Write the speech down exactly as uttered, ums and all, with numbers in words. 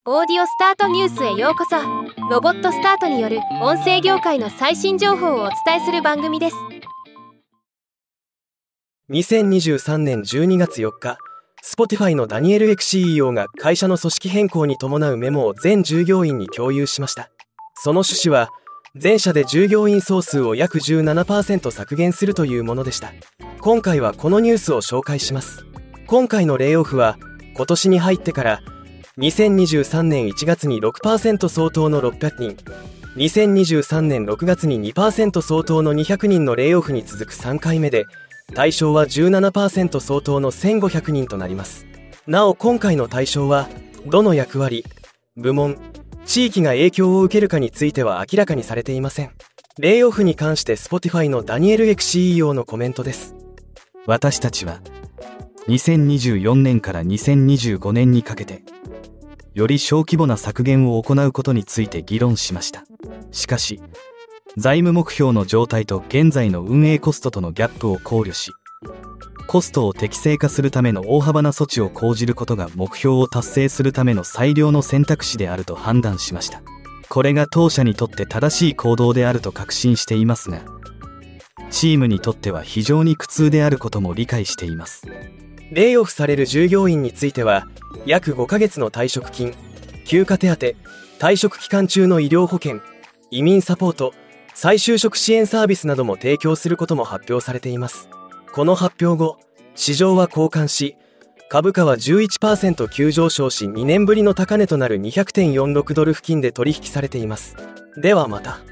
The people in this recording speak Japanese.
オーディオスタートニュースへようこそ。ロボットスタートによる音声業界の最新情報をお伝えする番組です。 にせんにじゅうさんねんじゅうにがつよっか、Spotify のダニエル・エク シーイーオー が会社の組織変更に伴うメモを全従業員に共有しました。その趣旨は、全社で従業員総数を約 じゅうななパーセント 削減するというものでした。今回はこのニュースを紹介します。今回のレイオフは、今年に入ってからにせんにじゅうさんねんいちがつに ろくパーセント 相当のろっぴゃくにん、にせんにじゅうさんねんろくがつに にパーセント 相当のにひゃくにんのレイオフに続くさんかいめで、対象は じゅうななパーセント 相当のせんごひゃくにんとなります。なお今回の対象は、どの役割、部門、地域が影響を受けるかについては明らかにされていません。レイオフに関して Spotify のダニエル・エク シーイーオー のコメントです。 私たちはにせんにじゅうよねんからにせんにじゅうごねんにかけてより小規模な削減を行うことについて議論しました。しかし財務目標の状態と現在の運営コストとのギャップを考慮し、コストを適正化するための大幅な措置を講じることが目標を達成するための最良の選択肢であると判断しました。これが当社にとって正しい行動であると確信していますが、チームにとっては非常に苦痛であることも理解しています。 レイオフされる従業員については、約ごかげつの退職金、休暇手当、退職期間中の医療保険、移民サポート、再就職支援サービスなども提供することも発表されています。この発表後、市場は好感し、株価は じゅういちパーセント 急上昇し、にねんぶりの高値となる にひゃくてんよんじゅうろくドル付近で取引されています。ではまた。